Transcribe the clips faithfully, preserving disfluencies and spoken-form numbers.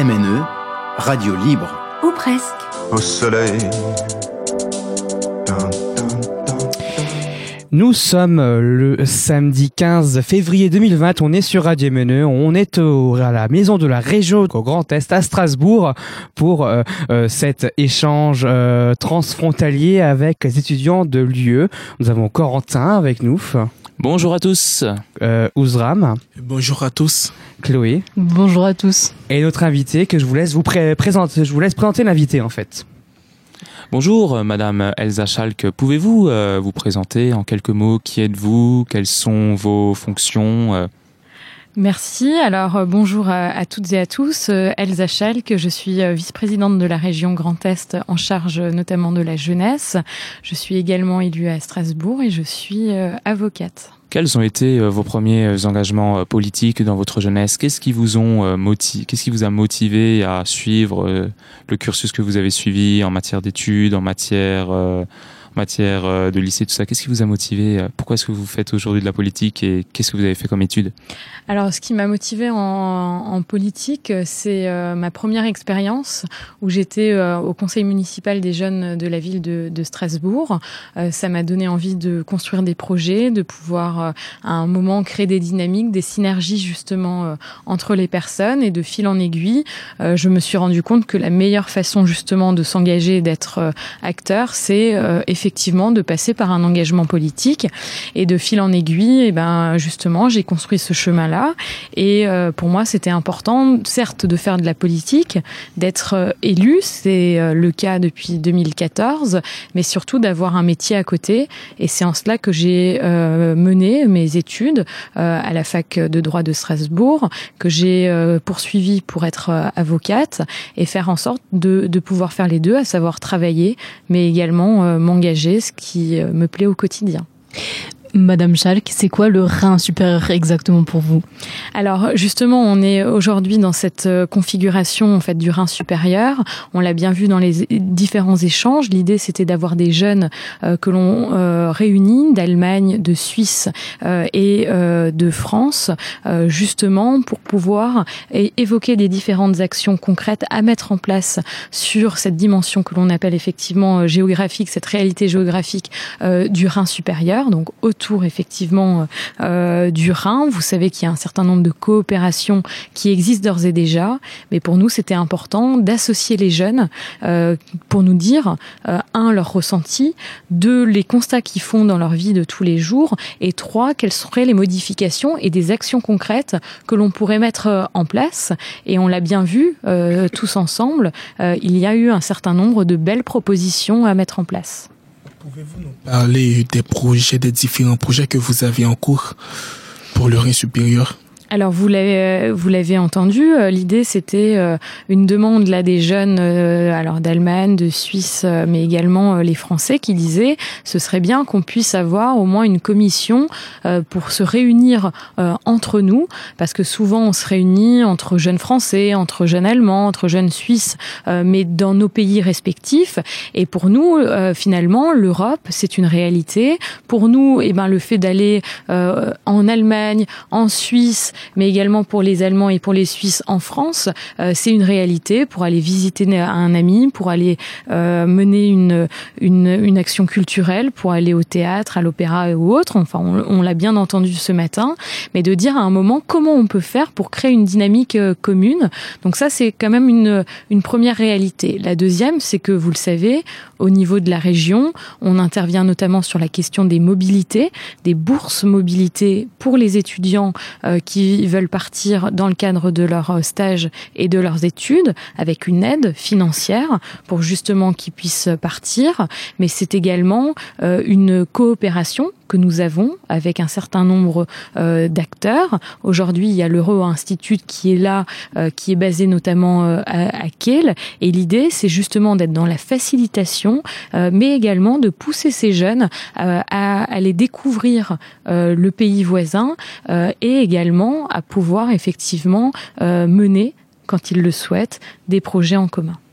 M N E, radio libre. Ou presque. Au soleil. Nous sommes le samedi quinze février deux mille vingt, on est sur Radio M N E, on est au, à la maison de la région au Grand Est à Strasbourg pour euh, euh, cet échange euh, transfrontalier avec les étudiants de l'U E. Nous avons Corentin avec nous. Bonjour à tous. Euh, Ouzram. Bonjour à tous. Chloé. Bonjour à tous. Et notre invité que je vous laisse vous pré- présenter, je vous laisse présenter l'invité en fait. Bonjour, Madame Elsa Schalk. Pouvez-vous euh, vous présenter en quelques mots? Qui êtes-vous? Quelles sont vos fonctions? euh Merci. Alors, euh, bonjour à, à toutes et à tous. Euh, Elsa Schalk, je suis euh, vice-présidente de la région Grand Est en charge euh, notamment de la jeunesse. Je suis également élue à Strasbourg et je suis euh, avocate. Quels ont été euh, vos premiers engagements euh, politiques dans votre jeunesse? Qu'est-ce qui vous ont euh, motivé, qu'est-ce qui vous a motivé à suivre euh, le cursus que vous avez suivi en matière d'études, en matière, euh, en matière euh, de lycée, tout ça? Qu'est-ce qui vous a motivé? Pourquoi est-ce que vous faites aujourd'hui de la politique et qu'est-ce que vous avez fait comme études? Alors, ce qui m'a motivée en, en politique, c'est euh, ma première expérience où j'étais euh, au conseil municipal des jeunes de la ville de, de Strasbourg. Euh, ça m'a donné envie de construire des projets, de pouvoir euh, à un moment créer des dynamiques, des synergies justement euh, entre les personnes, et de fil en aiguille, euh, je me suis rendu compte que la meilleure façon justement de s'engager et d'être euh, acteur, c'est euh, effectivement de passer par un engagement politique. Et de fil en aiguille, et ben justement, j'ai construit ce chemin-là. Et euh, pour moi, c'était important, certes, de faire de la politique, d'être euh, élu, c'est euh, le cas depuis deux mille quatorze, mais surtout d'avoir un métier à côté. Et c'est en cela que j'ai euh, mené mes études euh, à la fac de droit de Strasbourg, que j'ai euh, poursuivi pour être euh, avocate et faire en sorte de, de pouvoir faire les deux, à savoir travailler, mais également euh, m'engager, ce qui euh, me plaît au quotidien. Madame Schalk, c'est quoi le rein supérieur exactement pour vous? Alors justement, on est aujourd'hui dans cette configuration en fait du rein supérieur. On l'a bien vu dans les différents échanges. L'idée, c'était d'avoir des jeunes euh, que l'on euh, réunit d'Allemagne, de Suisse euh, et euh, de France, euh, justement pour pouvoir é- évoquer des différentes actions concrètes à mettre en place sur cette dimension que l'on appelle effectivement euh, géographique, cette réalité géographique euh, du rein supérieur, donc autour Autour effectivement euh, du Rhin. Vous savez qu'il y a un certain nombre de coopérations qui existent d'ores et déjà, mais pour nous c'était important d'associer les jeunes euh, pour nous dire euh, un, leur ressenti, deux, les constats qu'ils font dans leur vie de tous les jours, et trois, quelles seraient les modifications et des actions concrètes que l'on pourrait mettre en place. Et on l'a bien vu euh, tous ensemble, euh, il y a eu un certain nombre de belles propositions à mettre en place. Pouvez-vous nous parler des projets, des différents projets que vous avez en cours pour le Rhin supérieur? Alors vous l'avez vous l'avez entendu, l'idée c'était une demande là des jeunes alors d'Allemagne, de Suisse, mais également les Français qui disaient ce serait bien qu'on puisse avoir au moins une commission pour se réunir entre nous, parce que souvent on se réunit entre jeunes Français, entre jeunes Allemands, entre jeunes Suisses, mais dans nos pays respectifs. Et pour nous finalement l'Europe c'est une réalité. Pour nous, eh ben le fait d'aller en Allemagne, en Suisse, mais également pour les Allemands et pour les Suisses en France, euh, c'est une réalité. Pour aller visiter un ami, pour aller euh, mener une, une, une action culturelle, pour aller au théâtre, à l'opéra ou autre. Enfin, on, on l'a bien entendu ce matin. Mais de dire à un moment comment on peut faire pour créer une dynamique euh, commune. Donc ça, c'est quand même une, une première réalité. La deuxième, c'est que vous le savez, au niveau de la région, on intervient notamment sur la question des mobilités, des bourses mobilité pour les étudiants euh, qui veulent partir dans le cadre de leur stage et de leurs études, avec une aide financière pour justement qu'ils puissent partir. Mais c'est également euh, une coopération que nous avons avec un certain nombre euh, d'acteurs. Aujourd'hui, il y a l'Euro-Institut qui est là, euh, qui est basé notamment euh, à, à Kiel. Et l'idée, c'est justement d'être dans la facilitation, euh, mais également de pousser ces jeunes euh, à aller découvrir euh, le pays voisin euh, et également à pouvoir effectivement euh, mener, quand ils le souhaitent, des projets en commun.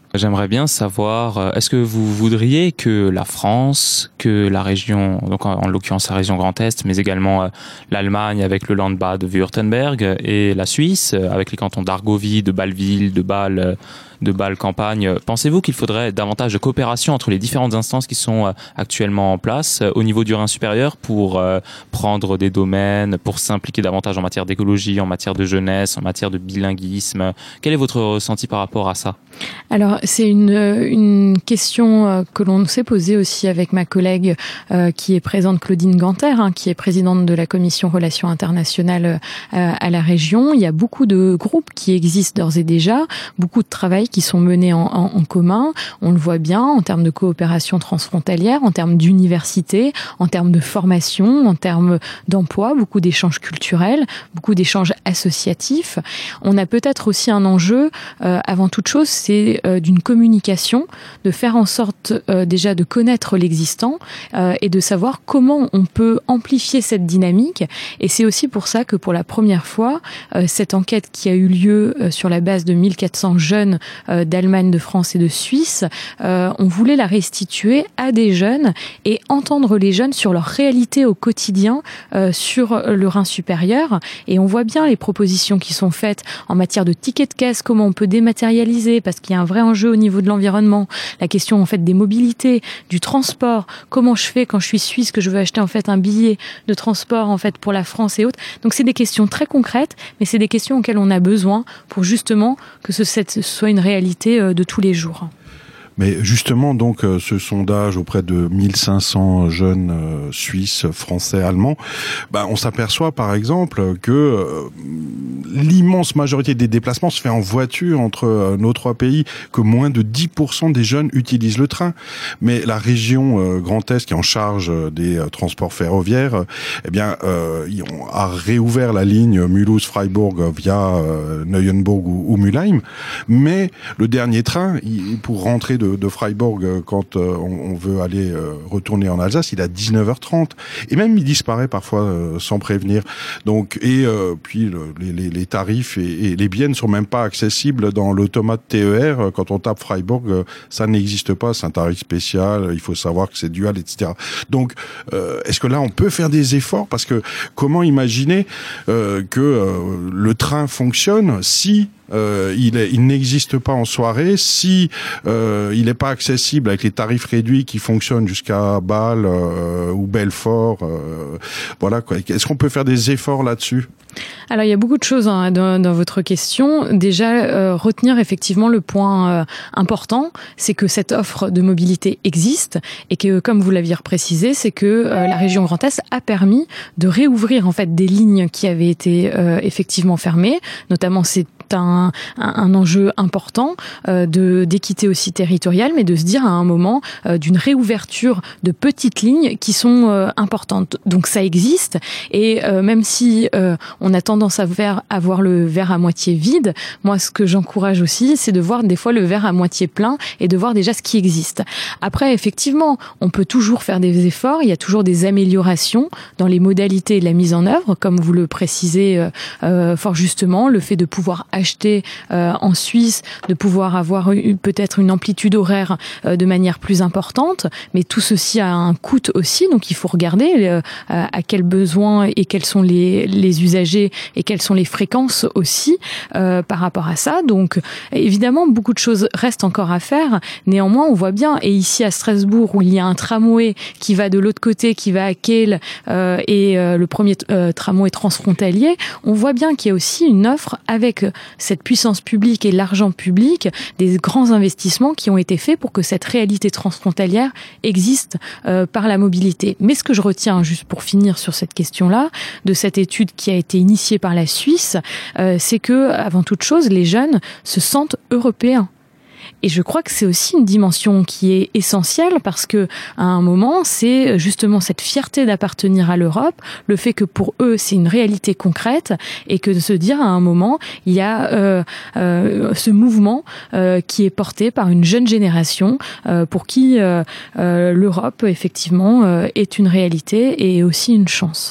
J'aimerais bien savoir, est-ce que vous voudriez que la France, que la région, donc en, en l'occurrence la région Grand Est, mais également euh, l'Allemagne avec le Land Bade-Württemberg et la Suisse euh, avec les cantons d'Argovie, de Bâle-Ville, de Bâle, euh, de Bâle-Campagne, pensez-vous qu'il faudrait davantage de coopération entre les différentes instances qui sont euh, actuellement en place euh, au niveau du Rhin supérieur pour euh, prendre des domaines, pour s'impliquer davantage en matière d'écologie, en matière de jeunesse, en matière de bilinguisme? Quel est votre ressenti par rapport à ça? Alors, c'est une, une question que l'on s'est posée aussi avec ma collègue euh, qui est présente, Claudine Ganter, hein, qui est présidente de la commission Relations internationales euh, à la région. Il y a beaucoup de groupes qui existent d'ores et déjà, beaucoup de travail qui sont menés en, en, en commun. On le voit bien en termes de coopération transfrontalière, en termes d'université, en termes de formation, en termes d'emploi, beaucoup d'échanges culturels, beaucoup d'échanges associatifs. On a peut-être aussi un enjeu, euh, avant toute chose, c'est euh, d'une communication, de faire en sorte euh, déjà de connaître l'existant euh, et de savoir comment on peut amplifier cette dynamique. Et c'est aussi pour ça que pour la première fois, euh, cette enquête qui a eu lieu euh, sur la base de mille quatre cents jeunes euh, d'Allemagne, de France et de Suisse, euh, on voulait la restituer à des jeunes et entendre les jeunes sur leur réalité au quotidien euh, sur le Rhin supérieur. Et on voit bien les propositions qui sont faites en matière de tickets de caisse, comment on peut dématérialiser, parce qu'il y a un vrai enjeu au niveau de l'environnement, la question en fait des mobilités, du transport, comment je fais quand je suis suisse, que je veux acheter en fait un billet de transport en fait pour la France et autres. Donc c'est des questions très concrètes, mais c'est des questions auxquelles on a besoin pour justement que ce, ce soit une réalité de tous les jours. Mais justement, donc, euh, ce sondage auprès de mille cinq cents jeunes euh, Suisses, Français, Allemands, bah, on s'aperçoit par exemple que euh, l'immense majorité des déplacements se fait en voiture entre euh, nos trois pays, que moins de dix pour cent des jeunes utilisent le train. Mais la région euh, Grand Est, qui est en charge des euh, transports ferroviaires, euh, eh bien, euh, a réouvert la ligne Mulhouse-Freiburg via euh, Neuenburg ou, ou Mülheim. Mais le dernier train, il, pour rentrer de de Freiburg quand euh, on, on veut aller euh, retourner en Alsace, il est à dix-neuf heures trente et même il disparaît parfois euh, sans prévenir. Donc et euh, puis le, les, les tarifs et, et les billets ne sont même pas accessibles dans l'automate T E R. Quand on tape Freiburg, euh, ça n'existe pas, c'est un tarif spécial, il faut savoir que c'est dual, et cetera. Donc euh, est-ce que là on peut faire des efforts, parce que comment imaginer euh, que euh, le train fonctionne si Euh, il, est, il n'existe pas en soirée, si euh, il n'est pas accessible avec les tarifs réduits qui fonctionnent jusqu'à Bâle euh, ou Belfort. Euh, voilà quoi. Est-ce qu'on peut faire des efforts là-dessus ? Alors il y a beaucoup de choses hein, dans, dans votre question. Déjà, euh, retenir effectivement le point euh, important, c'est que cette offre de mobilité existe et que, comme vous l'aviez précisé, c'est que euh, la région Grand Est a permis de réouvrir en fait des lignes qui avaient été euh, effectivement fermées. Notamment, c'est un, un, un enjeu important euh, de d'équité aussi territoriale, mais de se dire à un moment euh, d'une réouverture de petites lignes qui sont euh, importantes. Donc ça existe, et euh, même si euh, on a tendance à, ver, à voir le verre à moitié vide, moi ce que j'encourage aussi, c'est de voir des fois le verre à moitié plein et de voir déjà ce qui existe. Après, effectivement, on peut toujours faire des efforts, il y a toujours des améliorations dans les modalités de la mise en œuvre, comme vous le précisez euh, euh, fort justement, le fait de pouvoir acheter euh, en Suisse, de pouvoir avoir eu, peut-être une amplitude horaire euh, de manière plus importante, mais tout ceci a un coût aussi, donc il faut regarder euh, à quels besoins et quels sont les, les usagers et quelles sont les fréquences aussi euh, par rapport à ça. Donc évidemment, beaucoup de choses restent encore à faire, néanmoins on voit bien, et ici à Strasbourg où il y a un tramway qui va de l'autre côté, qui va à Kehl euh, et euh, le premier euh, tramway transfrontalier, on voit bien qu'il y a aussi une offre avec cette puissance publique et l'argent public, des grands investissements qui ont été faits pour que cette réalité transfrontalière existe euh, par la mobilité. Mais ce que je retiens, juste pour finir sur cette question-là, de cette étude qui a été initiée par la Suisse, euh, c'est que, avant toute chose, les jeunes se sentent européens. Et je crois que c'est aussi une dimension qui est essentielle, parce que à un moment, c'est justement cette fierté d'appartenir à l'Europe, le fait que pour eux, c'est une réalité concrète, et que de se dire à un moment, il y a euh, euh, ce mouvement euh, qui est porté par une jeune génération euh, pour qui euh, euh, l'Europe, effectivement, euh, est une réalité et aussi une chance. Pour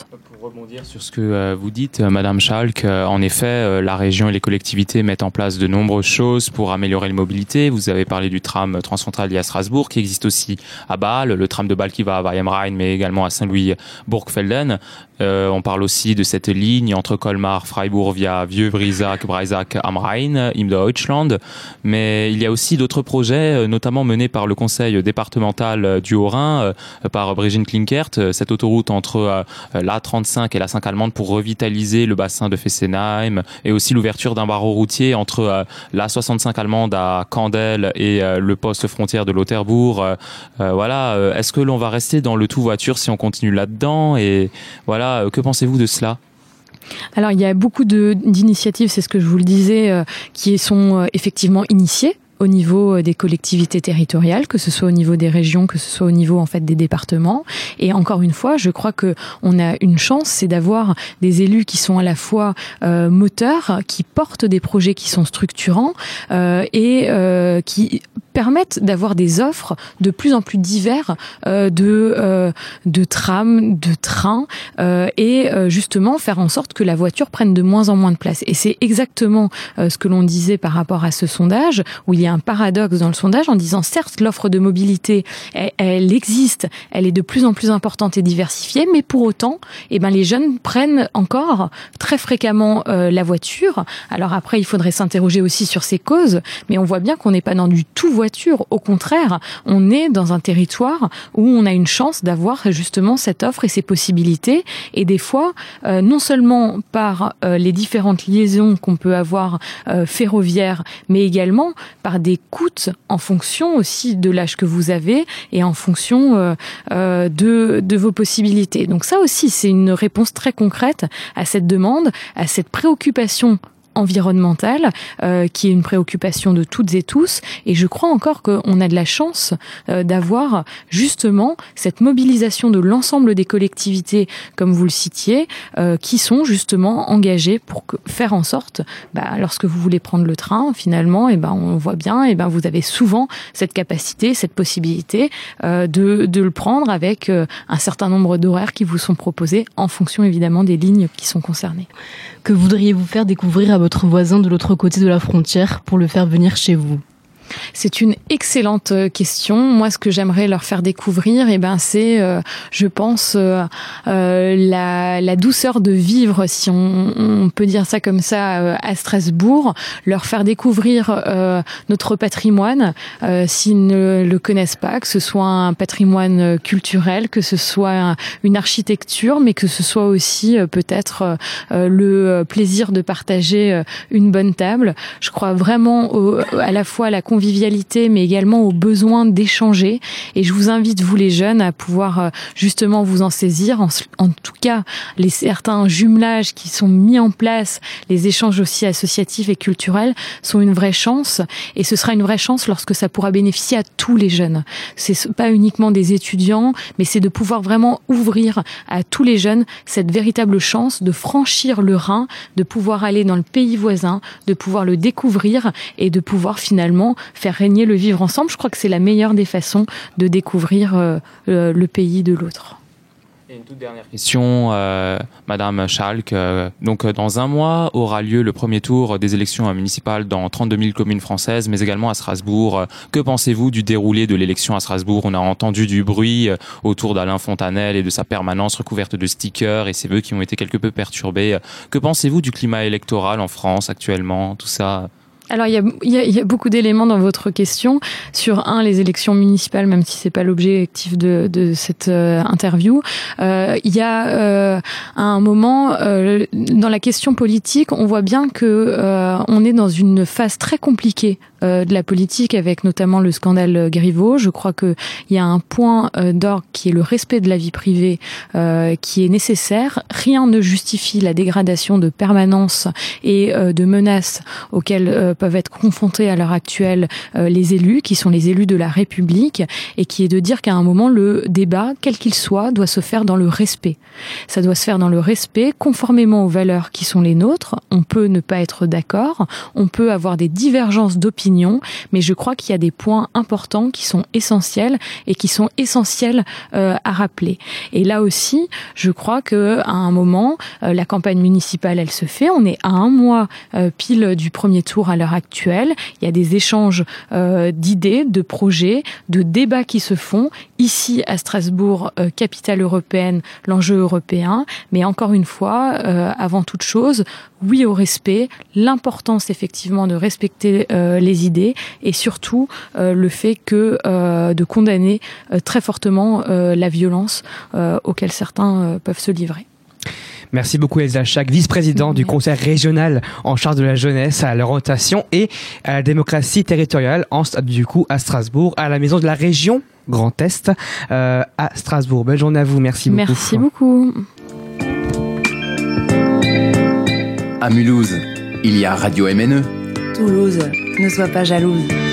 rebondir sur ce que euh, vous dites, euh, Madame Schalk, euh, en effet, euh, la région et les collectivités mettent en place de nombreuses choses pour améliorer la mobilité. Vous avez parlé du tram transfrontalier à Strasbourg, qui existe aussi à Bâle, le tram de Bâle qui va à Weimar, mais également à Saint-Louis-Burgfelden. Euh, on parle aussi de cette ligne entre Colmar, Freiburg via Vieux-Brisac, Breisach am Rhein, im Deutschland. Mais il y a aussi d'autres projets, notamment menés par le conseil départemental du Haut-Rhin, euh, par Brigitte Klinkert, cette autoroute entre euh, l'A trente-cinq et la cinq allemande pour revitaliser le bassin de Fessenheim, et aussi l'ouverture d'un barreau routier entre euh, l'A soixante-cinq allemande à Kandel et euh, le poste frontière de Lauterbourg. Euh, euh, voilà, euh, est-ce que l'on va rester dans le tout voiture si on continue là-dedans? Et voilà, que pensez-vous de cela? Alors, il y a beaucoup de, d'initiatives, c'est ce que je vous le disais, euh, qui sont euh, effectivement initiées au niveau des collectivités territoriales, que ce soit au niveau des régions, que ce soit au niveau en fait des départements. Et encore une fois, je crois que on a une chance, c'est d'avoir des élus qui sont à la fois euh, moteurs, qui portent des projets qui sont structurants euh, et euh, qui permettent d'avoir des offres de plus en plus diverses euh, de euh, de trams, de trains euh, et euh, justement faire en sorte que la voiture prenne de moins en moins de place. Et c'est exactement euh, ce que l'on disait par rapport à ce sondage, où il y a un paradoxe dans le sondage en disant certes l'offre de mobilité elle, elle existe, elle est de plus en plus importante et diversifiée, mais pour autant eh ben les jeunes prennent encore très fréquemment euh, la voiture. Alors après il faudrait s'interroger aussi sur ces causes, mais on voit bien qu'on n'est pas dans du tout voiture, au contraire on est dans un territoire où on a une chance d'avoir justement cette offre et ces possibilités, et des fois euh, non seulement par euh, les différentes liaisons qu'on peut avoir euh, ferroviaires, mais également par des coûts en fonction aussi de l'âge que vous avez et en fonction euh, euh, de, de vos possibilités. Donc ça aussi, c'est une réponse très concrète à cette demande, à cette préoccupation environnementale, euh, qui est une préoccupation de toutes et tous. Et je crois encore qu'on a de la chance euh, d'avoir justement cette mobilisation de l'ensemble des collectivités, comme vous le citiez, euh, qui sont justement engagées pour que, faire en sorte, bah, lorsque vous voulez prendre le train, finalement, et ben on voit bien, et ben vous avez souvent cette capacité, cette possibilité euh, de, de le prendre avec euh, un certain nombre d'horaires qui vous sont proposés en fonction évidemment des lignes qui sont concernées. Que voudriez-vous faire découvrir à votre voisin de l'autre côté de la frontière pour le faire venir chez vous ? C'est une excellente question. Moi, ce que j'aimerais leur faire découvrir, eh ben, c'est, euh, je pense, euh, euh, la, la douceur de vivre, si on, on peut dire ça comme ça, euh, à Strasbourg. Leur faire découvrir euh, notre patrimoine, euh, s'ils ne le connaissent pas, que ce soit un patrimoine culturel, que ce soit un, une architecture, mais que ce soit aussi euh, peut-être euh, le plaisir de partager euh, une bonne table. Je crois vraiment au, à la fois à la convivialité, mais également au besoin d'échanger. Et je vous invite, vous les jeunes, à pouvoir euh, justement vous en saisir. En, en tout cas, les certains jumelages qui sont mis en place, les échanges aussi associatifs et culturels, sont une vraie chance. Et ce sera une vraie chance lorsque ça pourra bénéficier à tous les jeunes. C'est pas uniquement des étudiants, mais c'est de pouvoir vraiment ouvrir à tous les jeunes cette véritable chance de franchir le Rhin, de pouvoir aller dans le pays voisin, de pouvoir le découvrir et de pouvoir finalement faire régner le vivre ensemble. Je crois que c'est la meilleure des façons de découvrir euh, le pays de l'autre. Et une toute dernière question, euh, Madame Schalk. Euh, donc, dans un mois aura lieu le premier tour des élections municipales dans trente-deux mille communes françaises, mais également à Strasbourg. Que pensez-vous du déroulé de l'élection à Strasbourg ? On a entendu du bruit autour d'Alain Fontanel et de sa permanence recouverte de stickers et ses vœux qui ont été quelque peu perturbés. Que pensez-vous du climat électoral en France actuellement ? Tout ça. Alors il y a, il y a, il y a beaucoup d'éléments dans votre question sur un les élections municipales, même si c'est pas l'objectif de, de cette euh, interview. Euh, il y a euh, à un moment euh, dans la question politique, on voit bien que euh, on est dans une phase très compliquée euh, de la politique, avec notamment le scandale Griveaux. Je crois que il y a un point euh, d'orgue qui est le respect de la vie privée, euh, qui est nécessaire. Rien ne justifie la dégradation de permanence et euh, de menaces auxquelles euh, peuvent être confrontés à l'heure actuelle euh, les élus, qui sont les élus de la République, et qui est de dire qu'à un moment, le débat, quel qu'il soit, doit se faire dans le respect. Ça doit se faire dans le respect, conformément aux valeurs qui sont les nôtres. On peut ne pas être d'accord, on peut avoir des divergences d'opinion, opinions, mais je crois qu'il y a des points importants qui sont essentiels et qui sont essentiels euh, à rappeler. Et là aussi, je crois que à un moment, euh, la campagne municipale, elle se fait. On est à un mois euh, pile du premier tour à l'heure actuelle. Il y a des échanges euh, d'idées, de projets, de débats qui se font ici à Strasbourg, euh, capitale européenne, l'enjeu européen. Mais encore une fois, euh, avant toute chose, oui au respect, l'importance effectivement de respecter euh, les idées et surtout euh, le fait que euh, de condamner euh, très fortement euh, la violence euh, auquel certains euh, peuvent se livrer. Merci beaucoup Elsa Schack, vice-présidente du conseil régional en charge de la jeunesse, à la rotation et à la démocratie territoriale, en, du coup à Strasbourg, à la maison de la région Grand Est euh, à Strasbourg. Belle journée à vous, merci beaucoup. Merci beaucoup. À Mulhouse, il y a Radio M N E. Toulouse, ne sois pas jalouse.